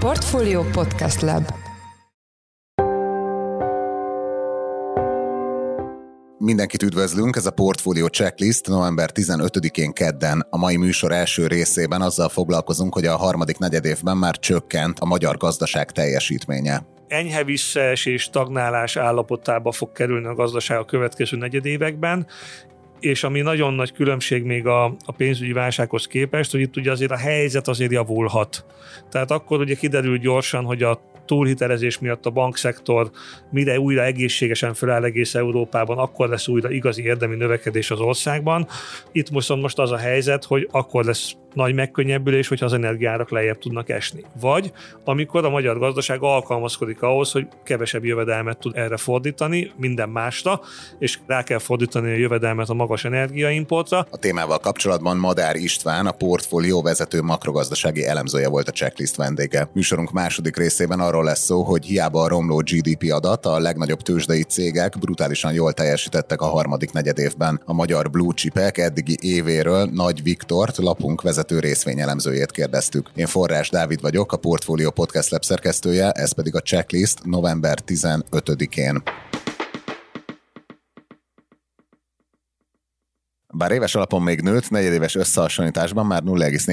Portfolio Podcast Lab. Mindenkit üdvözlünk, ez a Portfolio Checklist november 15-én kedden. A mai műsor első részében azzal foglalkozunk, hogy a harmadik negyedévben már csökkent a magyar gazdaság teljesítménye. Enyhe visszaesés, stagnálás állapotába fog kerülni a gazdaság a következő negyedévekben, és ami nagyon nagy különbség még a pénzügyi válsághoz képest, hogy itt ugye azért a helyzet azért javulhat. Tehát akkor ugye kiderül gyorsan, hogy a túlhitelezés miatt a bankszektor mire újra egészségesen feláll egész Európában, akkor lesz újra igazi érdemi növekedés az országban. Itt most az a helyzet, hogy akkor lesz nagy megkönnyebbülés, hogyha az energiárak lejjebb tudnak esni. Vagy amikor a magyar gazdaság alkalmazkodik ahhoz, hogy kevesebb jövedelmet tud erre fordítani, minden másra, és rá kell fordítani a jövedelmet a magas energiaimportra. A témával kapcsolatban Madár István, a Portfolio vezető makrogazdasági elemzője volt a checklist vendége. Műsorunk második részében arról lesz szó, hogy hiába a romló GDP adat, a legnagyobb tőzsdei cégek brutálisan jól teljesítettek a harmadik negyedévben. A magyar blue chipek eddigi évéről Nagy Viktort, lapunk vezető részvényelemzőjét kérdeztük. Én Forrás Dávid vagyok, a Portfolio Podcast Lab szerkesztője, ez pedig a checklist november 15-én. Bár éves alapon még nőtt, negyedéves összehasonlításban már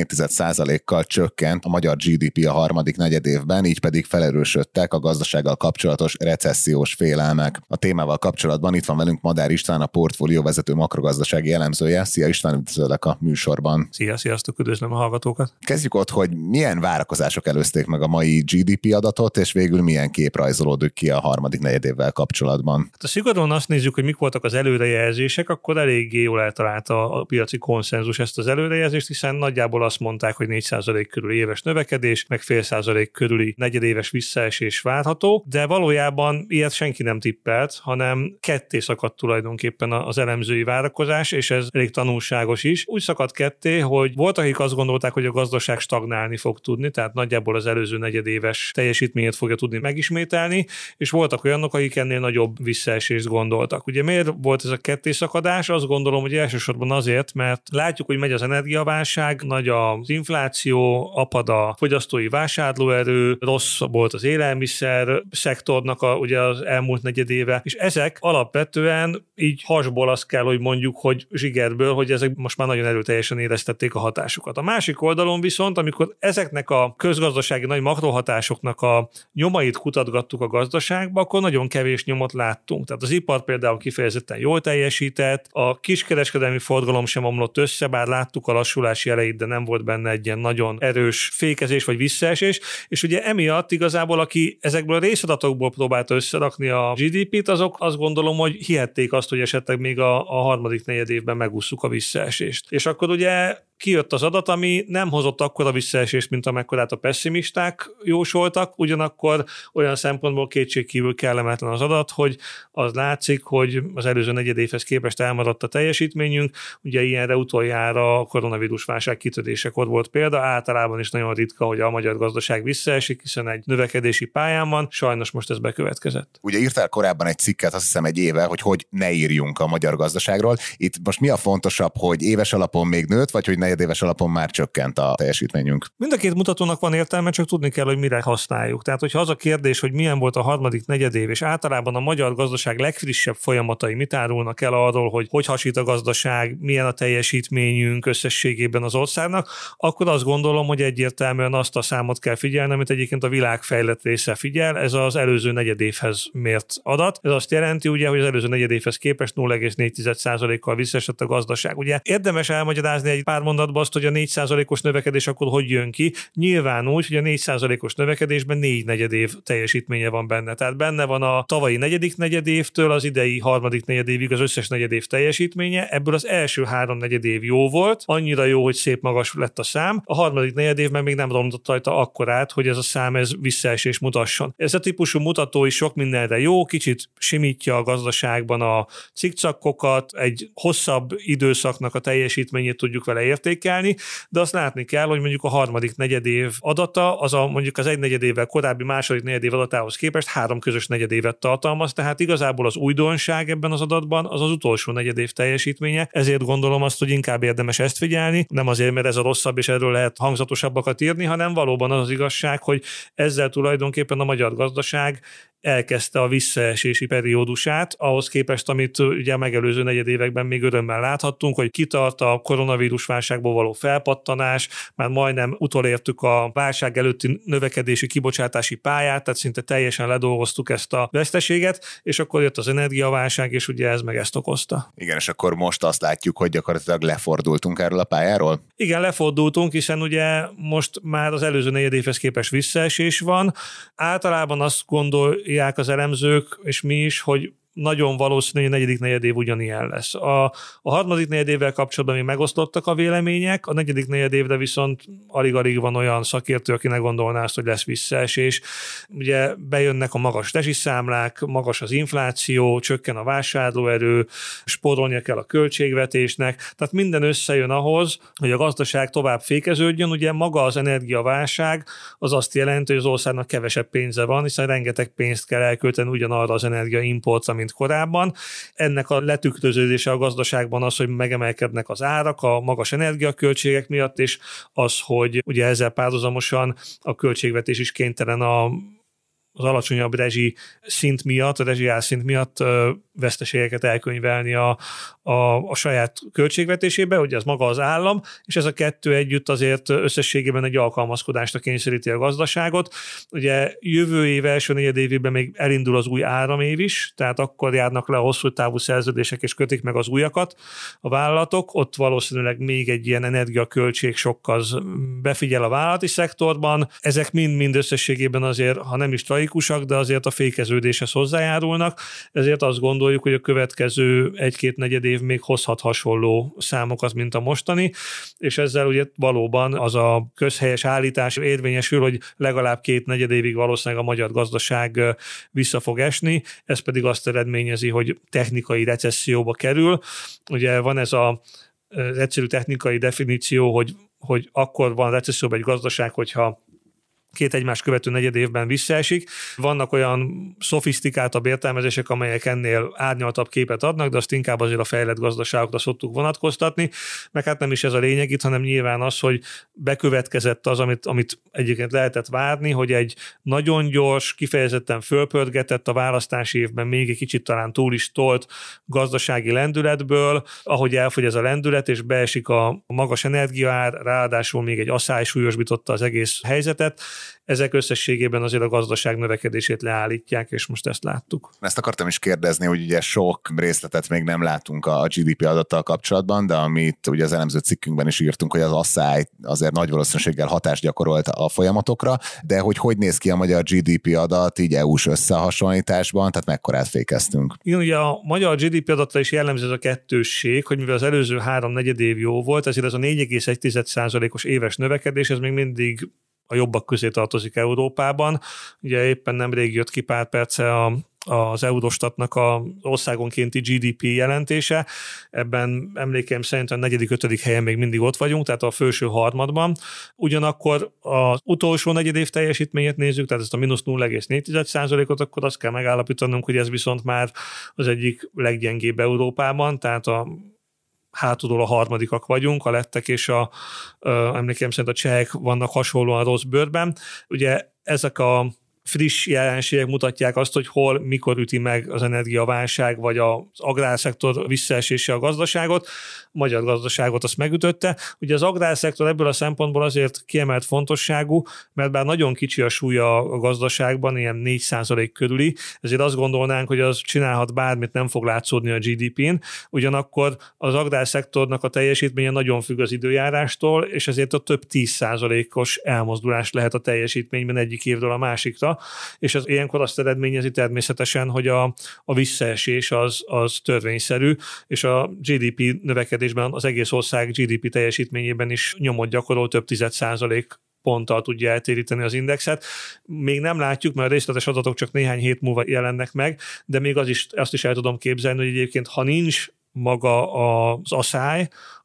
0,4%-kal csökkent a magyar GDP a harmadik negyedévben, így pedig felerősödtek a gazdasággal kapcsolatos recessziós félelmek. A témával kapcsolatban itt van velünk Madár István, a Portfolio vezető makrogazdasági elemzője. Szia István, üdvözöllek a műsorban. Sziasztok, üdvözlöm a hallgatókat. Kezdjük ott, hogy milyen várakozások előzték meg a mai GDP adatot, és végül milyen kép rajzolódik ki a harmadik negyedévvel kapcsolatban. Hát, ha szigorúan azt nézzük, hogy mik voltak az előrejelzések, akkor eléggé jól eltalált a piaci konszenzus ezt az előrejelzést, hiszen nagyjából azt mondták, hogy 4% körüli éves növekedés, meg 0,5% körüli negyedéves visszaesés várható, de valójában ilyet senki nem tippelt, hanem ketté szakadt tulajdonképpen az elemzői várakozás, és ez elég tanulságos is. Úgy szakadt ketté, hogy voltak, akik azt gondolták, hogy a gazdaság stagnálni fog tudni, tehát nagyjából az előző negyedéves teljesítményét fogja tudni megismételni, és voltak olyanok, akik ennél nagyobb visszaesést gondoltak. Ugye miért volt ez a ketté szakadás? Azt gondolom, hogy elsősorban azért, mert látjuk, hogy megy az energiaválság, nagy az infláció, apad a fogyasztói vásárlóerő, rossz volt az élelmiszer szektornak ugye az elmúlt negyedéve, és ezek alapvetően így hasból azt kell, hogy mondjuk, hogy zsigerből, hogy ezek most már nagyon erőteljesen éreztették a hatásukat. A másik oldalon viszont, amikor ezeknek a közgazdasági nagy makrohatásoknak a nyomait kutatgattuk a gazdaságba, akkor nagyon kevés nyomot láttunk. Tehát az ipar például kifejezetten jól teljesített, a kiskereskedelmi forgalom sem omlott össze, bár láttuk a lassulási elejét, de nem volt benne egy ilyen nagyon erős fékezés vagy visszaesés, és ugye emiatt igazából, aki ezekből a részadatokból próbálta összerakni a GDP-t, azok azt gondolom, hogy hihették azt, hogy esetleg még a harmadik negyedévben megússzuk a visszaesést. És akkor ugye kijött az adat, ami nem hozott akkora visszaesést, mint amekkorát a pessimisták jósoltak, ugyanakkor olyan szempontból kétségkívül kellemetlen az adat, hogy az látszik, hogy az előző negyedévhez képest elmaradt a teljesítményünk. Ugye ilyenre utoljára a koronavírus válság kitörésekor volt példa, általában is nagyon ritka, hogy a magyar gazdaság visszaesik, hiszen egy növekedési pályán van, sajnos most ez bekövetkezett. Ugye írtál korábban egy cikket, azt hiszem egy éve, hogy ne írjunk a magyar gazdaságról. Itt most mi a fontosabb, hogy éves alapon még nőtt, vagy hogy negyedéves alapon már csökkent a teljesítményünk? Mind a két mutatónak van értelme, csak tudni kell, hogy mire használjuk. Tehát, hogyha az a kérdés, hogy milyen volt a harmadik negyedév, és általában a magyar gazdaság legfrissebb folyamatai mit árulnak el arról, hogy hasít a gazdaság, milyen a teljesítményünk összességében az országnak, akkor azt gondolom, hogy egyértelműen azt a számot kell figyelni, amit egyébként a világ fejlett része figyel, ez az előző negyedévhez mért adat. Ez azt jelenti, ugye, hogy az előző negyedévhez képest 0,4%-kal visszaesett a gazdaság. Ugye érdemes elmagyarázni egy pár mondatban azt, hogy a 4%-os növekedés akkor hogy jön ki. Nyilván úgy, hogy a 4%-os növekedésben 4 negyedév teljesítménye van benne. Tehát benne van a tavalyi negyedik negyedévtől az idei harmadik negyedévig az összes negyedév teljesítménye. Ebből az első 3 negyedév jó volt, annyira jó, hogy szép magas lett a szám. A harmadik negyedévben még nem romlott rajta akkorát, hogy ez a szám visszaesés mutasson. Ez a típusú mutató is sok mindenre jó, kicsit simítja a gazdaságban a cikcakkokat, egy hosszabb időszaknak a teljesítményét tudjuk vele értékelni, értékelni, de azt látni kell, hogy mondjuk a harmadik negyedév adata, az mondjuk az egy negyedévvel korábbi második negyedév adatához képest 3 közös negyedévet tartalmaz, tehát igazából az újdonság ebben az adatban az utolsó negyedév teljesítménye, ezért gondolom azt, hogy inkább érdemes ezt figyelni, nem azért, mert ez a rosszabb, és erről lehet hangzatosabbakat írni, hanem valóban az igazság, hogy ezzel tulajdonképpen a magyar gazdaság elkezdte a visszaesési periódusát, ahhoz képest, amit ugye a megelőző negyedévekben még örömmel láthattunk, hogy kitart a koronavírus válságból való felpattanás, már majdnem utolértük a válság előtti növekedési kibocsátási pályát, tehát szinte teljesen ledolgoztuk ezt a veszteséget, és akkor jött az energiaválság, és ugye ez meg ezt okozta. Igen, és akkor most azt látjuk, hogy gyakorlatilag lefordultunk erről a pályáról? Igen, lefordultunk, hiszen ugye most már az előző negyedévhez képest visszaesés van. Általában azt gondolják az elemzők, és mi is, hogy nagyon valószínű, hogy a negyedik negyedév ugyanilyen lesz. A harmadik negyedévvel kapcsolatban még megosztottak a vélemények, a negyedik negyedévre viszont alig-alig van olyan szakértő, aki ne gondolná azt, hogy lesz visszaesés. Ugye bejönnek a magas rezsiszámlák, magas az infláció, csökken a vásárlóerő, spórolnia kell a költségvetésnek, tehát minden összejön ahhoz, hogy a gazdaság tovább fékeződjön. Ugye maga az energiaválság az azt jelenti, hogy az országnak kevesebb pénze van, hiszen rengeteg pénzt kell elkölteni ugyanarra az energiaimportra, mint korábban. Ennek a letükröződése a gazdaságban az, hogy megemelkednek az árak a magas energiaköltségek miatt, és az, hogy ugye ezzel párhuzamosan a költségvetés is kénytelen az alacsonyabb rezsi szint miatt, a rezsiár szint miatt veszteségeket elkönyvelni a saját költségvetésébe, ugye ez maga az állam, és ez a kettő együtt azért összességében egy alkalmazkodásra kényszeríti a gazdaságot. Ugye jövő év első negyedévében még elindul az új áramév is, tehát akkor járnak le a hosszú távú szerződések, és kötik meg az újakat a vállalatok, ott valószínűleg még egy ilyen energiaköltség sok az befigyel a vállalati szektorban. Ezek mind összességében azért, ha nem is traikusak, de azért a fékeződéshez hozzájárulnak, ezért azt gondoljuk, hogy a következő 1-2 negyedév még hozhat hasonló számokat, mint a mostani, és ezzel ugye valóban az a közhelyes állítás érvényesül, hogy legalább 2 negyedévig valószínűleg a magyar gazdaság vissza fog esni, ez pedig azt eredményezi, hogy technikai recesszióba kerül. Ugye van ez az egyszerű technikai definíció, hogy akkor van recesszióban egy gazdaság, hogyha 2 egymást követő negyedévben visszaesik. Vannak olyan szofisztikáltabb értelmezések, amelyek ennél árnyaltabb képet adnak, de azt inkább azért a fejlett gazdaságokra szoktuk vonatkoztatni, meg hát nem is ez a lényeg itt, hanem nyilván az, hogy bekövetkezett az, amit egyébként lehetett várni, hogy egy nagyon gyors, kifejezetten fölpörgetett a választási évben még egy kicsit talán túl is tolt gazdasági lendületből, ahogy elfogy ez a lendület, és beesik a magas energiaár, ráadásul még egy asszály súlyosbította az egész helyzetet. Ezek összességében azért a gazdaság növekedését leállítják, és most ezt láttuk. Ezt akartam is kérdezni, hogy ugye sok részletet még nem látunk a GDP adattal kapcsolatban, de amit ugye az elemző cikkünkben is írtunk, hogy az asszály azért nagy valószínűséggel hatást gyakorolt a folyamatokra, de hogy néz ki a magyar GDP adat így EU-s összehasonlításban, tehát mekkorát fékeztünk? Igen, ugye a magyar GDP adatra is jellemző ez a kettősség, hogy mivel az előző 3 negyedév jó volt, ezért ez a 4,1%-os éves növekedés, ez még mindig a jobbak közé tartozik Európában. Ugye éppen nemrég jött ki pár perce az Eurostatnak az országonkénti GDP jelentése. Ebben emlékeim szerint a 4.-5. helyen még mindig ott vagyunk, tehát a felső harmadban. Ugyanakkor az utolsó negyedév teljesítményét nézzük, tehát ezt a mínusz 0,4%-ot, akkor azt kell megállapítanunk, hogy ez viszont már az egyik leggyengébb Európában, tehát hátulról a harmadikak vagyunk, a lettek és emlékeim szerint a csehek vannak hasonlóan rossz bőrben. Ugye ezek a friss jelenségek mutatják azt, hogy hol, mikor üti meg az energiaválság, vagy az agrárszektor visszaesése a gazdaságot. A magyar gazdaságot azt megütötte. Ugye az agrárszektor ebből a szempontból azért kiemelt fontosságú, mert bár nagyon kicsi a súlya a gazdaságban, ilyen 4% körüli, ezért azt gondolnánk, hogy az csinálhat bármit, nem fog látszódni a GDP-n. Ugyanakkor az agrárszektornak a teljesítménye nagyon függ az időjárástól, és ezért a több 10%-os elmozdulás lehet a teljesítményben egyik évről a másikra, és az ilyenkor azt eredményezi természetesen, hogy a visszaesés az törvényszerű, és a GDP növekedésben az egész ország GDP teljesítményében is nyomot gyakorol, több 10% ponttal tudja eltéríteni az indexet. Még nem látjuk, mert a részletes adatok csak néhány hét múlva jelennek meg, de még azt is el tudom képzelni, hogy egyébként ha nincs maga az asszály,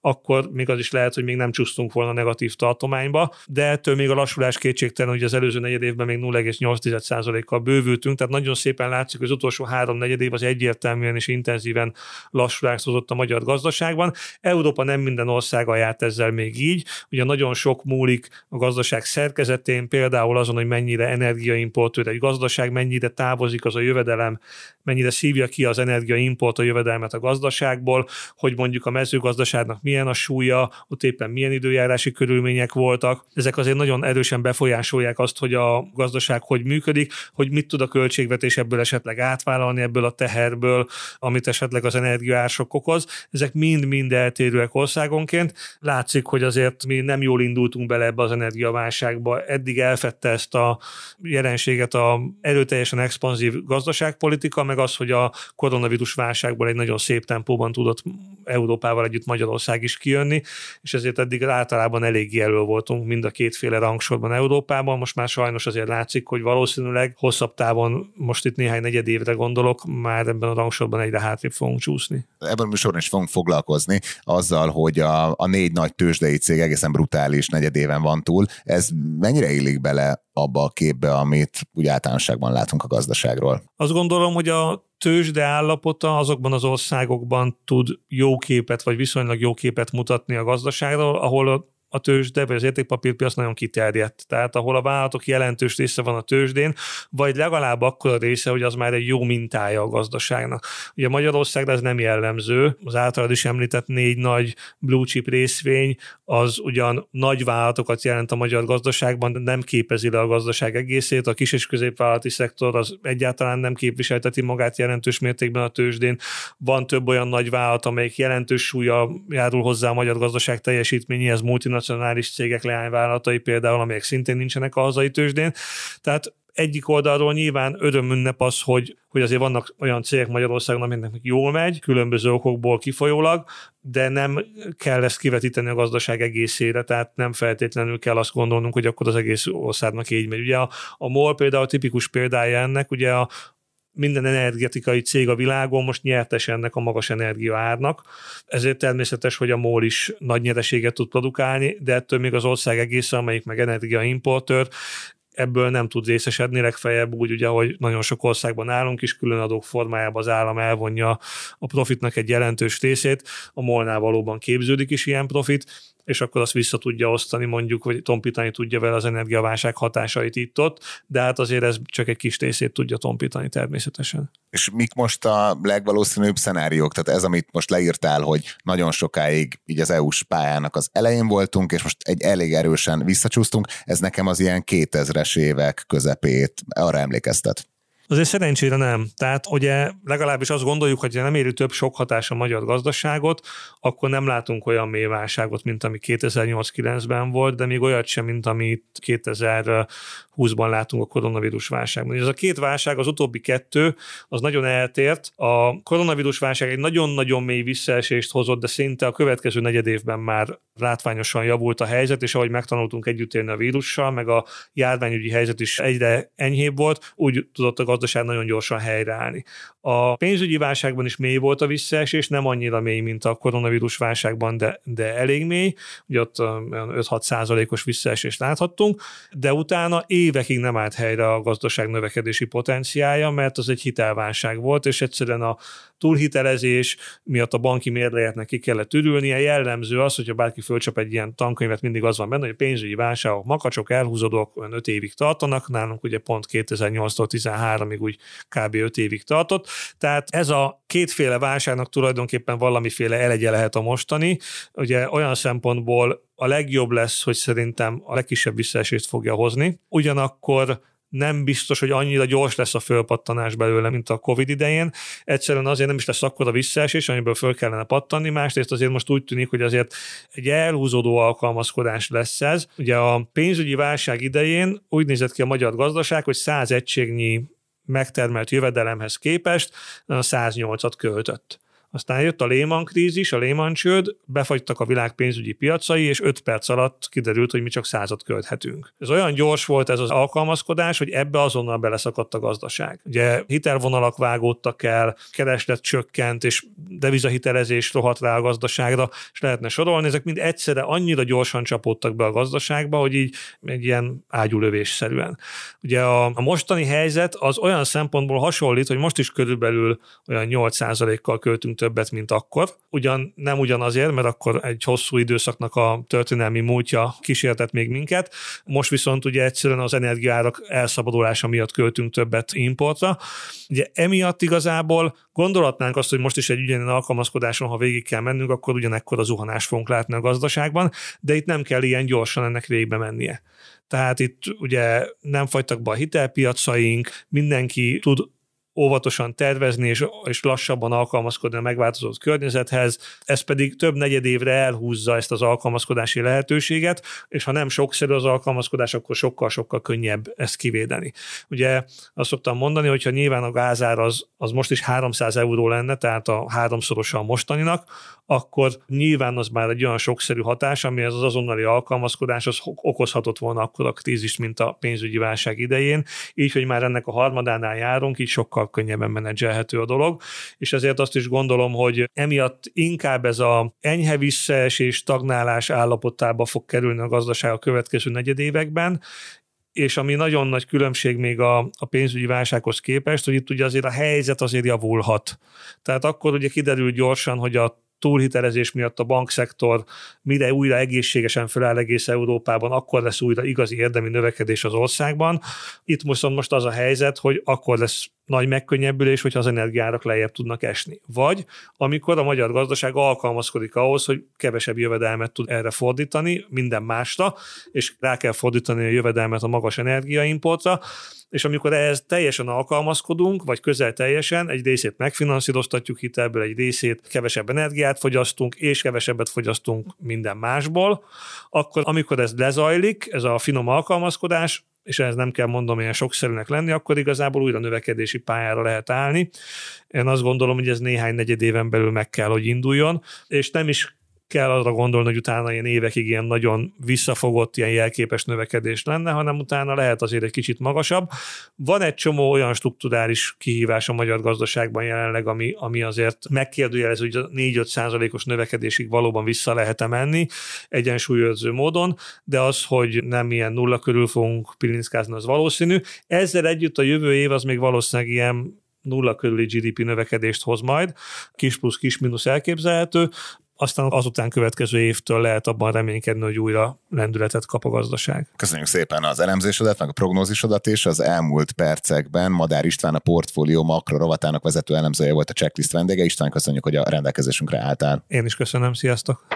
akkor még az is lehet, hogy még nem csúsztunk volna negatív tartományba, de ettől még a lassulás kétségtelen, hogy az előző negyed évben még 0,8%-kal bővültünk, tehát nagyon szépen látszik, hogy az utolsó 3 negyed év az egyértelműen és intenzíven lassulást hozott a magyar gazdaságban. Európa nem minden országa járt ezzel még így, ugye nagyon sok múlik a gazdaság szerkezetén, például azon, hogy mennyire energiaimportőr egy gazdaság, mennyire távozik az a jövedelem, mennyire szívja ki az energiaimport a jövedelmet a gazdaságból, hogy mondjuk a mezőgazdaságnak milyen a súlya, ott éppen milyen időjárási körülmények voltak. Ezek azért nagyon erősen befolyásolják azt, hogy a gazdaság hogy működik, hogy mit tud a költségvetés ebből esetleg átvállalni, ebből a teherből, amit esetleg az energiaársok okoz. Ezek mind-mind eltérőek országonként. Látszik, hogy azért mi nem jól indultunk bele ebbe az energiaválságba. Eddig elfedte ezt a jelenséget a erőteljesen expanzív gazdaságpolitika, meg az, hogy a koronavírus válságból egy nagyon szép tempóban tudott Európával együtt Magyarország is kijönni, és ezért eddig általában eléggé elő voltunk mind a kétféle rangsorban Európában. Most már sajnos azért látszik, hogy valószínűleg hosszabb távon, most itt néhány negyed évre gondolok, már ebben a rangsorban egyre hátrébb fogunk csúszni. Ebben a műsorban is fogunk foglalkozni azzal, hogy a 4 nagy tőzsdei cég egészen brutális negyedéven van túl. Ez mennyire illik bele abba a képbe, amit úgy általánosságban látunk a gazdaságról? Azt gondolom, hogy a tőzsde állapota azokban az országokban tud jó képet, vagy viszonylag jó képet mutatni a gazdaságról, ahol a tőzsde, vagy az értékpapírpiac nagyon kiterjedt. Tehát ahol a vállalatok jelentős része van a tőzsdén, vagy legalább akkora része, hogy az már egy jó mintája a gazdaságnak. Ugye Magyarországra ez nem jellemző. Az általad is említett 4 nagy blue chip részvény, az ugyan nagy vállalatokat jelent a magyar gazdaságban, de nem képezi le a gazdaság egészét. A kis és középvállalati szektor az egyáltalán nem képviselteti magát jelentős mértékben a tőzsdén. Van több olyan nagy vállalat, amelyik jelentős súlya járul hozzá a magyar gazdaság teljesítményéhez, multinacionális cégek leányvállalatai például, amelyek szintén nincsenek a hazai tőzsdén. Tehát egyik oldalról nyilván örömünnep az, hogy azért vannak olyan cégek Magyarországon, amiknek jól megy, különböző okokból kifolyólag, de nem kell ezt kivetíteni a gazdaság egészére, tehát nem feltétlenül kell azt gondolnunk, hogy akkor az egész országnak így megy. Ugye a MOL például tipikus példája ennek, ugye minden energetikai cég a világon most nyertes ennek a magas energiaárnak, ezért természetes, hogy a MOL is nagy nyereséget tud produkálni, de ettől még az ország egészen, amelyik meg energiaimportőr, ebből nem tud részesedni, legfeljebb úgy, ugye, hogy nagyon sok országban állunk is, különadók formájában az állam elvonja a profitnak egy jelentős részét, a MOL-nál valóban képződik is ilyen profit, és akkor azt vissza tudja osztani, mondjuk, vagy tompítani tudja vele az energiaválság hatásait itt-ott, de hát azért ez csak egy kis részét tudja tompítani természetesen. És mik most a legvalószínűbb szenáriók? Tehát ez, amit most leírtál, hogy nagyon sokáig így az EU-s pályának az elején voltunk, és most egy elég erősen visszacsúsztunk, ez nekem az ilyen 2000-es évek közepét arra emlékeztet. Azért szerencsére nem. Tehát ugye legalábbis azt gondoljuk, hogy ha nem éri több sok hatás a magyar gazdaságot, akkor nem látunk olyan mély válságot, mint ami 2008-9-ben volt, de még olyat sem, mint amit 2020-ban látunk a koronavírus válságban. Ez a két válság, az utóbbi 2, az nagyon eltért. A koronavírus válság egy nagyon-nagyon mély visszaesést hozott, de szinte a következő negyed évben már látványosan javult a helyzet, és ahogy megtanultunk együtt élni a vírussal, meg a járványügyi helyzet is egyre enyhébb volt, úgy tudott a gazdaság nagyon gyorsan helyreállni. A pénzügyi válságban is mély volt a visszaesés, nem annyira mély, mint a koronavírus válságban, de elég mély, ugye ott 5-6%-os visszaesést láthattunk, de utána évekig nem állt helyre a gazdaság növekedési potenciálja, mert az egy hitelválság volt, és egyszerűen a túlhitelezés miatt a banki mérlegetnek ki kellett ürülnie. Jellemző az, hogyha bárki fölcsap egy ilyen tankönyvet, mindig az van benne, hogy a pénzügyi válságok makacsok, elhúzódók, olyan 5 évig tartanak, nálunk ugye pont 2008-tól 13-ig úgy kb. 5 évig tartott. Tehát ez a kétféle válságnak tulajdonképpen valamiféle elegye lehet a mostani. Ugye olyan szempontból a legjobb lesz, hogy szerintem a legkisebb visszaesést fogja hozni. Ugyanakkor nem biztos, hogy annyira gyors lesz a fölpattanás belőle, mint a Covid idején. Egyszerűen azért nem is lesz akkora visszaesés, amiből föl kellene pattanni. Másrészt azért most úgy tűnik, hogy azért egy elhúzódó alkalmazkodás lesz ez. Ugye a pénzügyi válság idején úgy nézett ki a magyar gazdaság, hogy 100 egységnyi megtermelt jövedelemhez képest 108-at költött. Aztán jött a Lehman krízis, a Lehman csőd, befagytak a világ pénzügyi piacai, és 5 perc alatt kiderült, hogy mi csak 100-at költhetünk. Ez olyan gyors volt ez az alkalmazkodás, hogy ebbe azonnal beleszakadt a gazdaság. Ugye hitelvonalak vágódtak el, kereslet csökkent, és devizahitelezés rohadt rá a gazdaságra, és lehetne sorolni, ezek mind egyszerre annyira gyorsan csapódtak be a gazdaságba, hogy így egy ilyen ágyúlövésszerűen. Ugye a mostani helyzet az olyan szempontból hasonlít, hogy most is körülbelül olyan 8%-kal költünk többet, mint akkor. Nem ugyanazért, mert akkor egy hosszú időszaknak a történelmi múltja kísértett még minket. Most viszont ugye egyszerűen az energiaárak elszabadulása miatt költünk többet importra. Ugye emiatt igazából gondolhatnánk azt, hogy most is egy ugyanilyen alkalmazkodáson, ha végig kell mennünk, akkor ugyanekkor a zuhanást fogunk látni a gazdaságban, de itt nem kell ilyen gyorsan ennek végbe mennie. Tehát itt ugye nem fagytak be a hitelpiacaink, mindenki tud óvatosan tervezni és lassabban alkalmazkodni a megváltozott környezethez, ez pedig több negyedévre elhúzza ezt az alkalmazkodási lehetőséget, és ha nem sokszor az alkalmazkodás, akkor sokkal-sokkal könnyebb ezt kivédeni. Ugye azt szoktam mondani, hogyha nyilván a gázár az most is 300 euró lenne, tehát a 3-szorosa a mostaninak, akkor nyilván az már egy olyan sokszerű hatás, ami az azonnali alkalmazkodás az okozhatott volna akkor a krízist, mint a pénzügyi válság idején, így, hogy már ennek a harmadánál járunk, így sokkal könnyebben menedzselhető a dolog, és ezért azt is gondolom, hogy emiatt inkább ez a enyhe visszaesés, stagnálás állapotába fog kerülni a gazdaság a következő negyedévekben, és ami nagyon nagy különbség még a pénzügyi válsághoz képest, hogy itt ugye azért a helyzet azért javulhat. Tehát akkor ugye kiderül gyorsan, hogy a túlhitelezés miatt a bankszektor mire újra egészségesen feláll egész Európában, akkor lesz újra igazi érdemi növekedés az országban. Itt most az a helyzet, hogy akkor lesz nagy megkönnyebbülés, hogyha az energiárak lejjebb tudnak esni. Vagy amikor a magyar gazdaság alkalmazkodik ahhoz, hogy kevesebb jövedelmet tud erre fordítani, minden másra, és rá kell fordítani a jövedelmet a magas energiaimportra, és amikor ehhez teljesen alkalmazkodunk, vagy közel teljesen, egy részét megfinanszíroztatjuk hitelből, egy részét kevesebb energiát fogyasztunk, és kevesebbet fogyasztunk minden másból, akkor amikor ez lezajlik, ez a finom alkalmazkodás, és ehhez nem kell mondom ilyen sokszerűnek lenni, akkor igazából újra növekedési pályára lehet állni. Én azt gondolom, hogy ez néhány negyedéven belül meg kell, hogy induljon, és nem is kell arra gondolni, hogy utána ilyen évekig ilyen nagyon visszafogott, ilyen jelképes növekedés lenne, hanem utána lehet azért egy kicsit magasabb. Van egy csomó olyan strukturális kihívás a magyar gazdaságban jelenleg, ami azért megkérdőjelez, hogy a 4-5%-os növekedésig valóban vissza lehet menni egyensúlyőrző módon, de az, hogy nem ilyen nulla körül fogunk pilinckázni, az valószínű. Ezzel együtt a jövő év az még valószínűleg ilyen nulla körüli GDP növekedést hoz majd, kis plusz, kis mínusz elképzelhető, aztán azután következő évtől lehet abban reménykedni, hogy újra lendületet kap a gazdaság. Köszönjük szépen az elemzésedet, meg a prognózisodat, és az elmúlt percekben Madár István, a Portfólió makro rovatának vezető elemzője volt a Checklist vendége. István, köszönjük, hogy a rendelkezésünkre álltál. Én is köszönöm, sziasztok!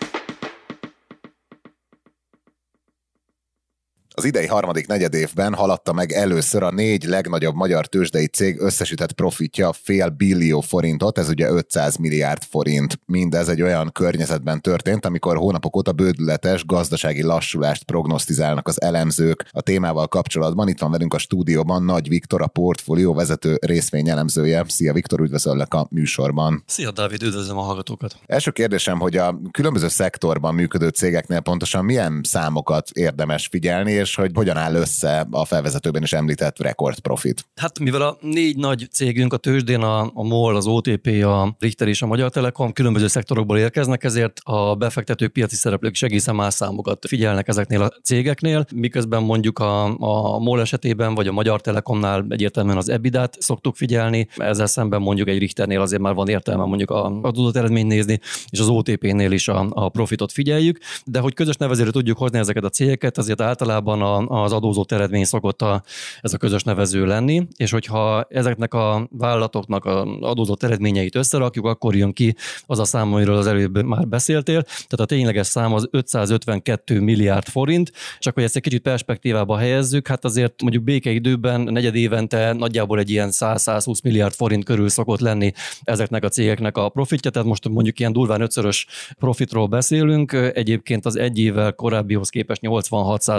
Az idei harmadik negyedévben haladta meg először a 4 legnagyobb magyar tőzsdei cég összesített profitja $500 millió forintot, ez ugye 500 milliárd forint. Mindez egy olyan környezetben történt, amikor hónapok óta bődületes gazdasági lassulást prognosztizálnak az elemzők. A témával kapcsolatban itt van velünk a stúdióban Nagy Viktor, a Portfólió vezető részvényelemzője. Szia Viktor, üdvözöllek a műsorban. Szia Dávid, üdvözlöm a hallgatókat. Első kérdésem, hogy a különböző szektorban működő cégeknél pontosan milyen számokat érdemes figyelni, és hogy hogyan áll össze a felvezetőben is említett rekordprofit? Hát mivel a 4 nagy cégünk a tőzsdén, a MOL, az OTP, a Richter és a Magyar Telekom különböző szektorokból érkeznek, ezért a befektetők, piaci szereplők is egészen más számokat figyelnek ezeknél a cégeknél, miközben mondjuk a MOL esetében, vagy a Magyar Telekomnál egyértelműen az EBITDA-t szoktuk figyelni, ezzel szemben mondjuk egy Richternél azért már van értelme mondjuk a adózott eredményt nézni, és az OTP-nél is a profitot figyeljük, de hogy közös nevezőre tudjuk hozni ezeket a cégeket, azért általában az adózott eredmény szokott ez a közös nevező lenni, és hogyha ezeknek a vállalatoknak az adózott eredményeit összerakjuk, akkor jön ki az a szám, amiről az előbb már beszéltél, tehát a tényleges szám az 552 milliárd forint, csak hogy ezt egy kicsit perspektívába helyezzük, hát azért mondjuk békeidőben negyedévente nagyjából egy ilyen 100-120 milliárd forint körül szokott lenni ezeknek a cégeknek a profitja, tehát most mondjuk ilyen durván 5-szörös profitról beszélünk, egyébként az egy évvel korábbihoz képest 86%-kal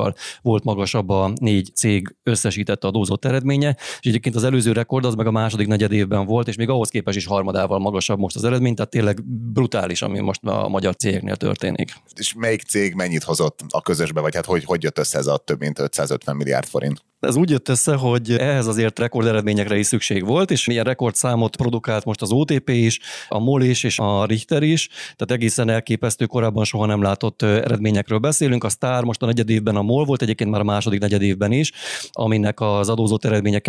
milliárddal volt magasabb a 4 cég összesített adózott eredménye, és egyébként az előző rekord az meg a második negyedévben volt, és még ahhoz képest is harmadával magasabb most az eredmény, tehát tényleg brutális, ami most a magyar cégeknél történik. És melyik cég mennyit hozott a közösbe, vagy hát hogy jött össze ez a több mint 550 milliárd forint? Ez úgy jött össze, hogy ehhez azért rekorderedményekre is szükség volt, és milyen rekordszámot produkált most az OTP is, a MOL is, és a Richter is, tehát egészen elképesztő, korábban soha nem látott eredményekről beszélünk. A Sztár most a negyedévben a MOL volt, egyébként már a második negyedévben is, aminek az adózott eredménye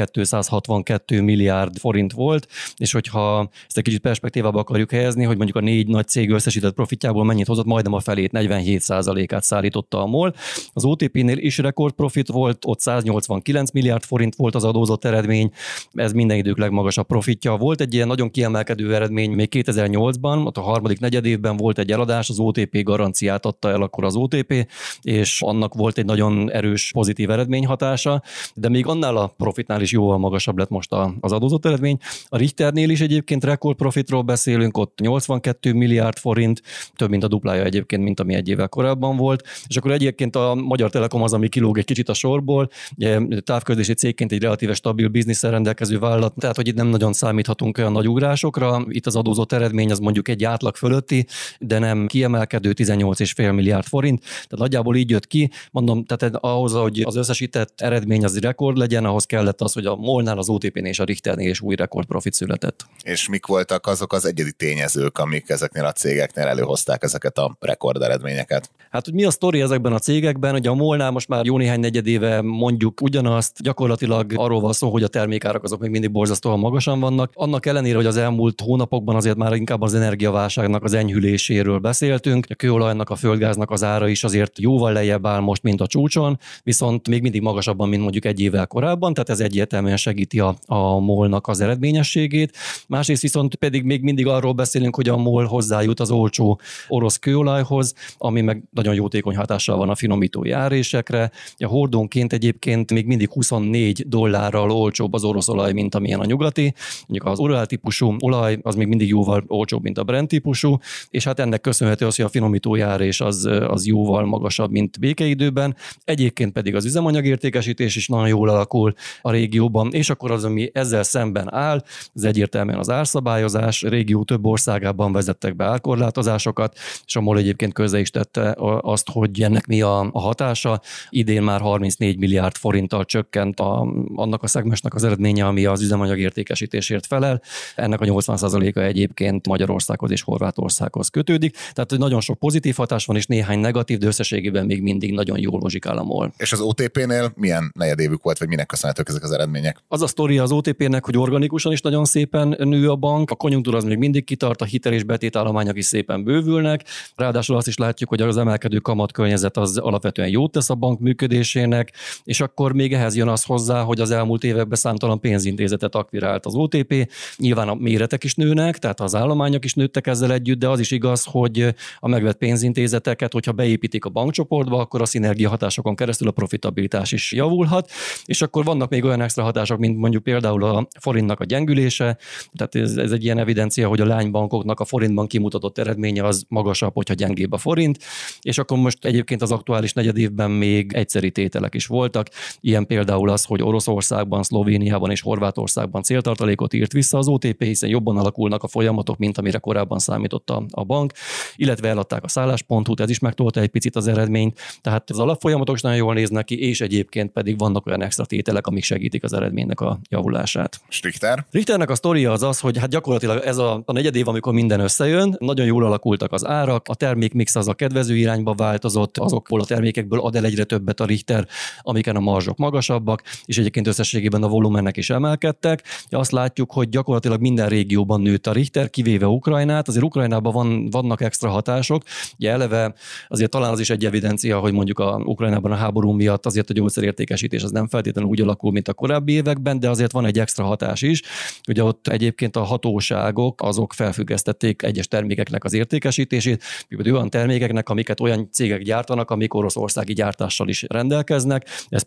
262 milliárd forint volt, és hogyha ezt egy kicsit perspektívába akarjuk helyezni, hogy mondjuk a 4 nagy cég összesített profitjából mennyit hozott, majdnem a felét, 47%-át szállította a MOL. Az OTP-nél is rekordprofit volt, ott 189 milliárd forint volt az adózott eredmény, ez minden idők legmagasabb profitja. Volt egy ilyen nagyon kiemelkedő eredmény még 2008-ban, ott a harmadik negyedévben volt egy eladás, az OTP garanciát adta el akkor az OTP, és annak volt egy nagyon erős pozitív eredményhatása, de még annál a profitnál is jóval magasabb lett most az adózott eredmény. A Richternél is egyébként rekordprofitról beszélünk, ott 82 milliárd forint, több mint a duplája egyébként, mint ami egy évvel korábban volt, és akkor egyébként a Magyar Telekom az, ami kilóg egy kicsit a sorból, távközlési cégként egy relatíve stabil bizniszen rendelkező vállalat, tehát hogy itt nem nagyon számíthatunk olyan nagy ugrásokra, itt az adózott eredmény az mondjuk egy átlag fölötti, de nem kiemelkedő 18,5 milliárd forint, tehát nagyjából így jött ki, mondom, tehát ahhoz, hogy az összesített eredmény az rekord legyen, ahhoz kellett az, hogy a MOL-nál, az OTP-nél és a Richternél is új rekordprofit született. És mik voltak azok az egyedi tényezők, amik ezeknél a cégeknél előhozták ezeket a rekorderedményeket? Hát, hogy mi a sztori ezekben a cégekben, hogy a MOL-nál most már jó néhány negyedéve mondjuk ugyanazt, gyakorlatilag arról van szó, hogy a termékárak azok még mindig borzasztóan magasan vannak. Annak ellenére, hogy az elmúlt hónapokban azért már inkább az energiaválságnak az enyhüléséről beszéltünk, a kőolajnak, a földgáznak az ára is azért jóval lejjebb áll most, mint a csúcson, viszont még mindig magasabban, mint mondjuk egy évvel korábban, tehát ez egyértelműen segíti a MOL-nak az eredményességét. Másrészt viszont pedig még mindig arról beszélünk, hogy a MOL hozzájut az olcsó orosz kőolajhoz, ami meg nagyon jótékony hatással van a finomítói árésekre. A hordónként egyébként még mindig $24 olcsóbb az orosz olaj, mint amilyen a nyugati. Mondjuk az Urál típusú olaj az még mindig jóval olcsóbb, mint a Brent típusú, és hát ennek köszönhető az, hogy a finomítói árés az jóval magasabb, mint békeidőben. Egyébként pedig az üzemanyagértékesítés is nagyon jól alakul a régióban, és akkor az, ami ezzel szemben áll, ez egyértelműen az árszabályozás. A régió több országában vezettek be árkorlátozásokat, és a MOL egyébként közre is tette azt, hogy ennek mi a hatása. Idén már 34 milliárd forinttal csökkent annak a szegmensnek az eredménye, ami az üzemanyag értékesítésért felel. Ennek a 80%-a egyébként Magyarországhoz és Horvátországhoz kötődik. Tehát hogy nagyon sok pozitív hatás van, és néhány negatív, de összességében még mindig nagyon jól muzsikál a MOL. És az OTP-nél milyen negyedévük volt, vagy minek köszönhetők ezek az eredmények? Az a sztori az OTP-nek, hogy organikusan is nagyon szépen nő a bank, a konjunktúra az még mindig kitart, a hitel és betétállományok is szépen bővülnek. Ráadásul azt is látjuk, hogy az emelkedő kamatkörnyezet az alapvetően jót tesz a bank működésének, és akkor még ehhez jön az hozzá, hogy az elmúlt években számtalan pénzintézetet akvirált az OTP. Nyilván a méretek is nőnek, tehát az állományok is nőttek ezzel együtt, de az is igaz, hogy a megvett pénzintézeteket, hogyha beépítik a bankcsoportba, akkor a szinergia hatásokon keresztül a profitabilitás is javulhat, és akkor vannak még olyan extra hatások, mint mondjuk például a forintnak a gyengülése, tehát ez egy ilyen evidencia, hogy a lánybankoknak a forintban kimutatott eredménye az magasabb, hogyha gyengébb a forint, és akkor most egyébként az aktuális negyedévben még egyszeri tételek is voltak, ilyen például az, hogy Oroszországban, Szlovéniában és Horvátországban céltartalékot írt vissza az OTP, hiszen jobban alakulnak a folyamatok, mint amire korábban számított a bank, illetve eladták a szállás.hu-t, ez is megtolta egy picit az eredményt, tehát az alapfolyamatok is nagyon jól néznek ki, és egyébként pedig vannak olyan extra tételek, amik segítik az eredménynek a javulását. Richternek a sztoria az, hogy hát gyakorlatilag ez a negyedév, amikor minden összejön, nagyon jól alakultak az árak, a termékmix az a kedvező irányba változott, azokból a termékekből ad el egyre többet a Richter, amiken a marzsok magasabbak, és egyébként összességében a volumennek is emelkedtek. Azt látjuk, hogy gyakorlatilag minden régióban nőtt a Richter, kivéve Ukrajnát. Azért Ukrajnában vannak extra hatások. Ugye eleve azért talán az is egy evidencia, hogy mondjuk a Ukrajnában a háború miatt azért a gyógyszerértékesítés az nem feltétlenül úgy alakul, mint a korábbi években, de azért van egy extra hatás is. Ugye ott egyébként a hatóságok azok felfüggesztették egyes termékeknek az értékesítését, olyan termékeknek, amiket olyan cégek gyártanak, amik oroszországi gyártással is rendelkeznek, ez pedig negatívan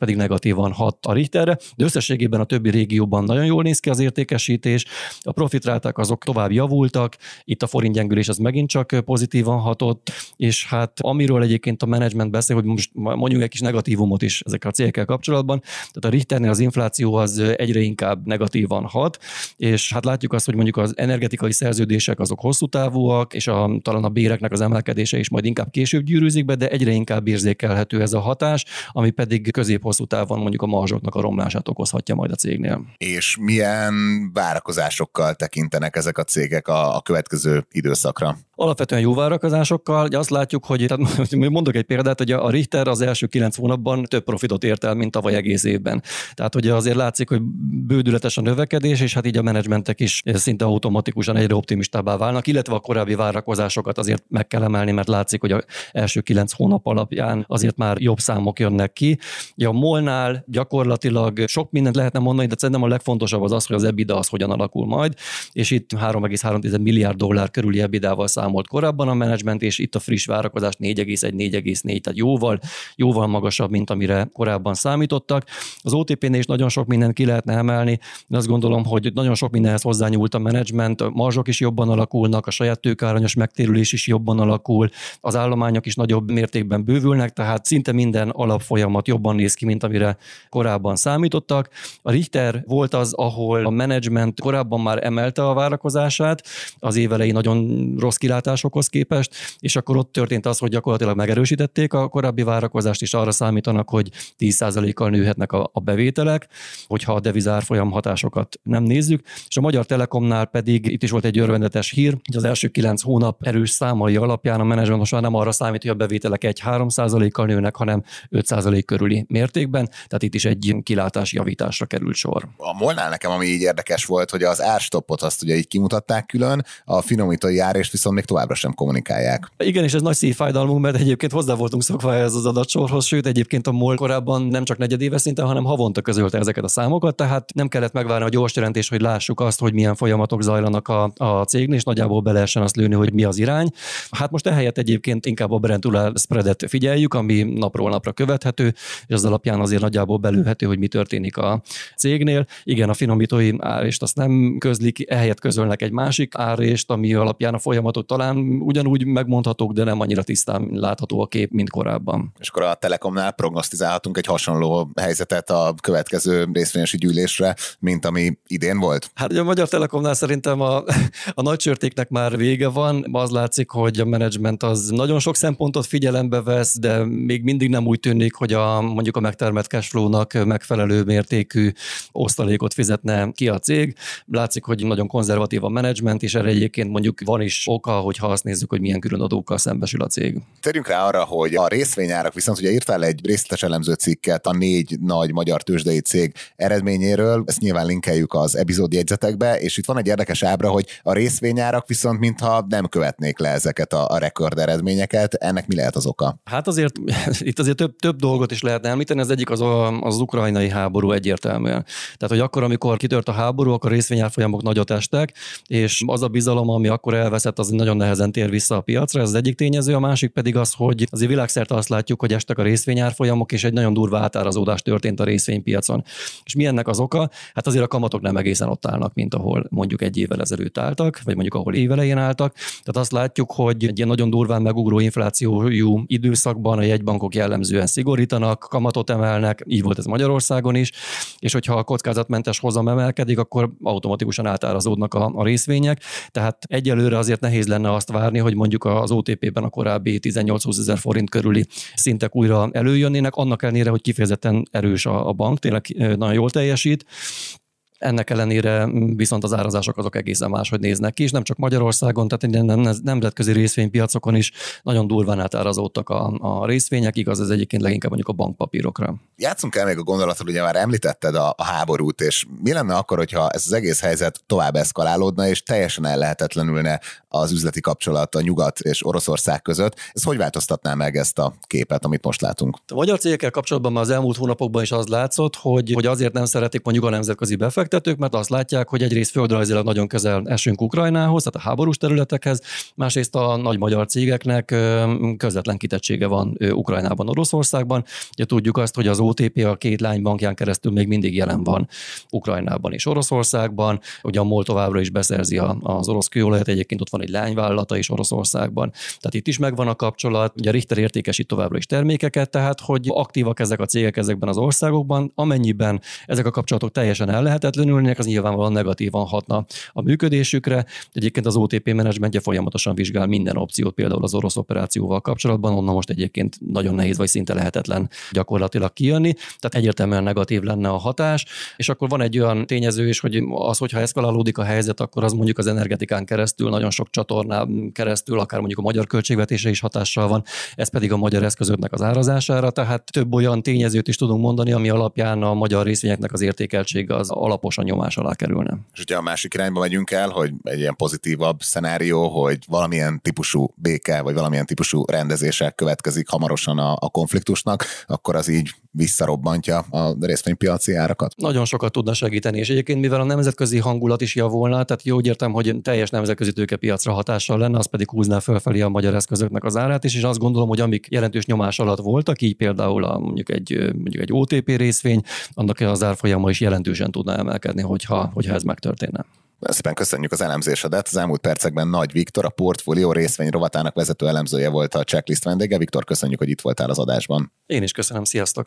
negatívan hat a Richterre, de összességében a többi régióban nagyon jól néz ki az értékesítés, a profitráták azok tovább javultak, itt a forint gyengülés az megint csak pozitívan hatott, és hát amiről egyébként a menedzsment beszél, hogy most mondjuk egy kis negatívumot is ezekkel a cégekkel kapcsolatban, tehát a Richternél az infláció az egyre inkább negatívan hat, és hát látjuk azt, hogy mondjuk az energetikai szerződések azok hosszú távúak, és talán a béreknek az emelkedése is majd inkább később gyűrűzik be, de egyre inkább érzékelhető ez a hatás, ami pedig közép-hosszú távon mondjuk a marzsoknak a romlását okozhatja majd a cégnél. És milyen várakozásokkal tekintenek ezek a cégek a következő időszakra? Alapvetően jó várakozásokkal, azt látjuk, hogy tehát mondok egy példát, hogy a Richter az első 9 hónapban több profitot ért el, mint tavaly egész évben. Tehát ugye azért látszik, hogy bődületes a növekedés, és hát így a menedzsmentek is szinte automatikusan egyre optimistábbá válnak, illetve a korábbi várakozásokat azért meg kell emelni, mert látszik, hogy az első 9 hónap alapján azért már jobb számok jönnek ki. Ja, a MOL-nál gyakorlatilag sok mindent lehetne mondani, de szerintem a legfontosabb az, hogy az EBITDA az hogyan alakul majd, és itt 3,3 milliárd dollár körüli EBITDA-val számolt korábban a menedzsment, és itt a friss várakozás 4,1-4,4, tehát jóval magasabb, mint amire korábban számítottak. Az OTP-nél is nagyon sok mindent ki lehetne emelni, de azt gondolom, hogy nagyon sok mindenhez hozzányúlt a menedzsment, a marzsok is jobban alakulnak, a saját tőkearányos megtérülés is jobban alakul, az állományok is nagyobb mértékben bővülnek, tehát szinte minden alapfolyamat jobban néz ki, mint amire korábban számítottak. A Richter volt az, ahol a menedzsment korábban már emelte a várakozását, az év elején nagyon rossz kilátásokhoz képest, és akkor ott történt az, hogy gyakorlatilag megerősítették a korábbi várakozást, és arra számítanak, hogy 10%-kal nőhetnek a bevételek, hogyha a devizárfolyam hatásokat nem nézzük, és a Magyar Telekomnál pedig itt is volt egy örvendetes hír, hogy az első 9 hónap erős számai alapján a menedzsment most már nem arra számít, hogy a bevételek 1-3%-kal nőnek, hanem 5% körüli mértékben, tehát itt is egy kilátási javításra került sor. A MOL-nál nekem ami így érdekes volt, hogy az árstoppot azt ugye így kimutatták külön, a finomítói árést viszont még továbbra sem kommunikálják. Igen, és ez nagy szívfájdalmunk, mert egyébként hozzá voltunk szokva ez az adatsorhoz, sőt egyébként a MOL korábban nem csak negyedéves szinten, hanem havonta közölte ezeket a számokat, tehát nem kellett megvárni a gyors jelentés, hogy lássuk azt, hogy milyen folyamatok zajlanak a cégnél, és nagyjából be lehessen azt lőni, hogy mi az irány. Hát most ehelyett egyébként inkább a Brent spreadet figyeljük, ami napról napra követhető, és az alapján azért nagyjából belőhető, hogy mi történik a cégnél. Igen, a finomítói árést azt nem közlik, ehelyett közölnek egy másik árést, ami alapján a folyamatot talán ugyanúgy megmondhatók, de nem annyira tisztán látható a kép, mint korábban. És akkor a Telekomnál prognosztizálhatunk egy hasonló helyzetet a következő részvényesi gyűlésre, mint ami idén volt? Hát a Magyar Telekomnál szerintem a nagy csörtéknek már vége van. Az látszik, hogy a menedzsment az nagyon sok szempontot figyelembe vesz, de még mindig nem úgy tűnik, hogy mondjuk a megtermelt cashflow-nak megfelelő mértékű osztalékot fizetne ki a cég. Látszik, hogy nagyon konzervatív a menedzsment, és erre egyébként mondjuk van is oka, hogyha azt nézzük, hogy milyen különadókkal szembesül a cég. Térjünk rá arra, hogy a részvényárak viszont ugye írtál egy részletes elemző cikket a 4 nagy magyar tőzsdei cég eredményéről, ezt nyilván linkeljük az epizódjegyzetekbe, és itt van egy érdekes ábra, hogy a részvényárak viszont mintha nem követnék le ezeket a rekord eredményeket. Ennek mi lehet az oka? Hát azért itt azért több dolgot is lehetne említeni, az egyik az ukrajnai háború egyértelműen. Tehát, hogy akkor, amikor kitört a háború, akkor a részvényárfolyamok nagyot estek, és az a bizalom, ami akkor elveszett, az nagyon nehezen tér vissza a piacra, ez az egyik tényező, a másik pedig az, hogy azért világszerte azt látjuk, hogy estek a részvényárfolyamok, és egy nagyon durva átárazódás történt a részvénypiacon. És mi ennek az oka? Hát azért a kamatok nem egészen ott állnak, mint ahol mondjuk egy évvel ezelőtt álltak, vagy mondjuk ahol évelején álltak. Tehát azt látjuk, hogy egy ilyen nagyon durván megugró inflációjú időszakban a jegybankok jellemzően szigorítanak, kamatot emelnek, így volt ez Magyarországon is, és hogyha a kockázatmentes hozam emelkedik, akkor automatikusan átárazódnak a részvények. Tehát egyelőre azért nehéz lenne azt várni, hogy mondjuk az OTP-ben a korábbi 18-20 ezer forint körüli szintek újra előjönnének, annak ellenére, hogy kifejezetten erős a bank, tényleg nagyon jól teljesít. Ennek ellenére viszont az árazások azok egészen máshogy néznek ki, és nem csak Magyarországon, tehát nemzetközi részvénypiacokon is nagyon durván átárazódtak a részvények, igaz, ez egyébként leginkább mondjuk a bankpapírokra. Játszunk el még a gondolatról, ugye már említetted a háborút, és mi lenne akkor, hogyha ez az egész helyzet tovább eszkalálódna, és teljesen ellehetetlenülne az üzleti kapcsolat a Nyugat és Oroszország között? Ez hogy változtatná meg ezt a képet, amit most látunk? A magyar cégekkel kapcsolatban már az elmúlt hónapokban is az látszott, hogy azért nem szeretik mondjuk a nemzetközi befektetők, befektetők, mert azt látják, hogy egyrészt földrajzilag nagyon közel esünk Ukrajnához, tehát a háborús területekhez, másrészt a nagy magyar cégeknek közvetlen kitettsége van Ukrajnában, Oroszországban. Ugye tudjuk azt, hogy az OTP a két lánybankján keresztül még mindig jelen van Ukrajnában és Oroszországban. Ugye a MOL továbbra is beszerzi az orosz kőolajat, egyébként ott van egy lányvállalata is Oroszországban. Tehát itt is megvan a kapcsolat. Ugye Richter értékesít továbbra is termékeket, tehát hogy aktívak ezek a cégek ezekben az országokban, amennyiben ezek a kapcsolatok teljesen ellehetetlenülnek, az nyilvánvalóan negatívan hatna a működésükre. Egyébként az OTP menedzsmentje folyamatosan vizsgál minden opciót, például az orosz operációval kapcsolatban, onnan most egyébként nagyon nehéz vagy szinte lehetetlen gyakorlatilag kijönni, tehát egyértelműen negatív lenne a hatás, és akkor van egy olyan tényező is, hogy az, hogyha eszkalálódik a helyzet, akkor az mondjuk az energetikán keresztül, nagyon sok csatornán keresztül, akár mondjuk a magyar költségvetésre is hatással van, ez pedig a magyar eszközöknek az árazására, tehát több olyan tényezőt is tudunk mondani, ami alapján a magyar részvényeknek az értékeltsége az alaposan nyomás alá kerülne. És ugye a másik irányba megyünk el, hogy egy ilyen pozitívabb szenárió, hogy valamilyen típusú béke, vagy valamilyen típusú rendezések következik hamarosan a konfliktusnak, akkor az így visszarobbantja a részvénypiaci árakat? Nagyon sokat tudna segíteni, és egyébként mivel a nemzetközi hangulat is javulna, tehát jó, úgy értem, hogy teljes nemzetközi tőkepiacra hatással lenne, az pedig húzná fölfelé a magyar eszközöknek az árát is, és azt gondolom, hogy amik jelentős nyomás alatt voltak, így például mondjuk egy OTP részvény, annak az árfolyama is jelentősen tudna emelkedni, hogyha ez megtörténne. Szépen köszönjük az elemzésedet. Az elmúlt percekben Nagy Viktor, a Portfolio részvény rovatának vezető elemzője volt a Checklist vendége. Viktor, köszönjük, hogy itt voltál az adásban. Én is köszönöm, sziasztok!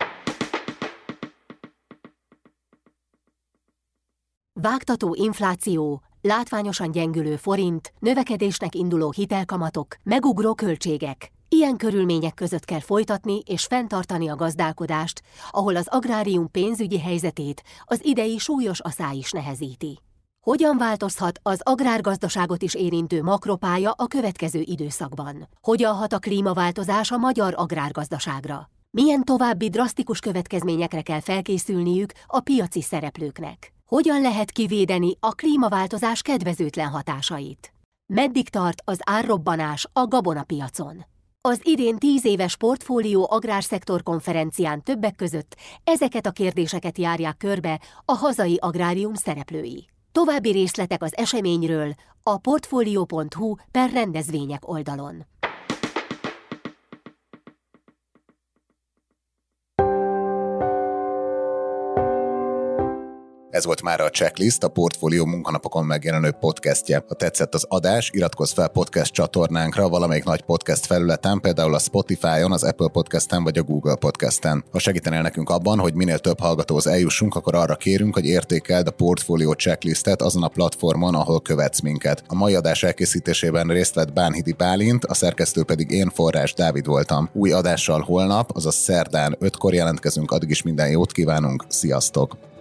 Vágtató infláció, látványosan gyengülő forint, növekedésnek induló hitelkamatok, megugró költségek. Ilyen körülmények között kell folytatni és fenntartani a gazdálkodást, ahol az agrárium pénzügyi helyzetét az idei súlyos aszály is nehezíti. Hogyan változhat az agrárgazdaságot is érintő makropálya a következő időszakban? Hogyan hat a klímaváltozás a magyar agrárgazdaságra? Milyen további drasztikus következményekre kell felkészülniük a piaci szereplőknek? Hogyan lehet kivédeni a klímaváltozás kedvezőtlen hatásait? Meddig tart az árrobbanás a gabonapiacon? Az idén 10 éves Portfólió Agrárszektor konferencián többek között ezeket a kérdéseket járják körbe a hazai agrárium szereplői. További részletek az eseményről a portfolio.hu/rendezvények oldalon. Ez volt már a Checklist, a Portfolio munkanapokon megjelenő podcastje. Ha tetszett az adás, iratkozz fel podcast csatornánkra valamelyik nagy podcast felületen, például a Spotify-on, az Apple Podcasten vagy a Google Podcasten. Ha segítenél nekünk abban, hogy minél több hallgatóhoz eljussunk, akkor arra kérünk, hogy értékeld a Portfolio Checklistet azon a platformon, ahol követsz minket. A mai adás elkészítésében részt vett Bánhidi Bálint, a szerkesztő pedig én, Forrás Dávid voltam. Új adással holnap, azaz szerdán 5-kor jelentkezünk, addig is minden jót kívánunk, sziasztok!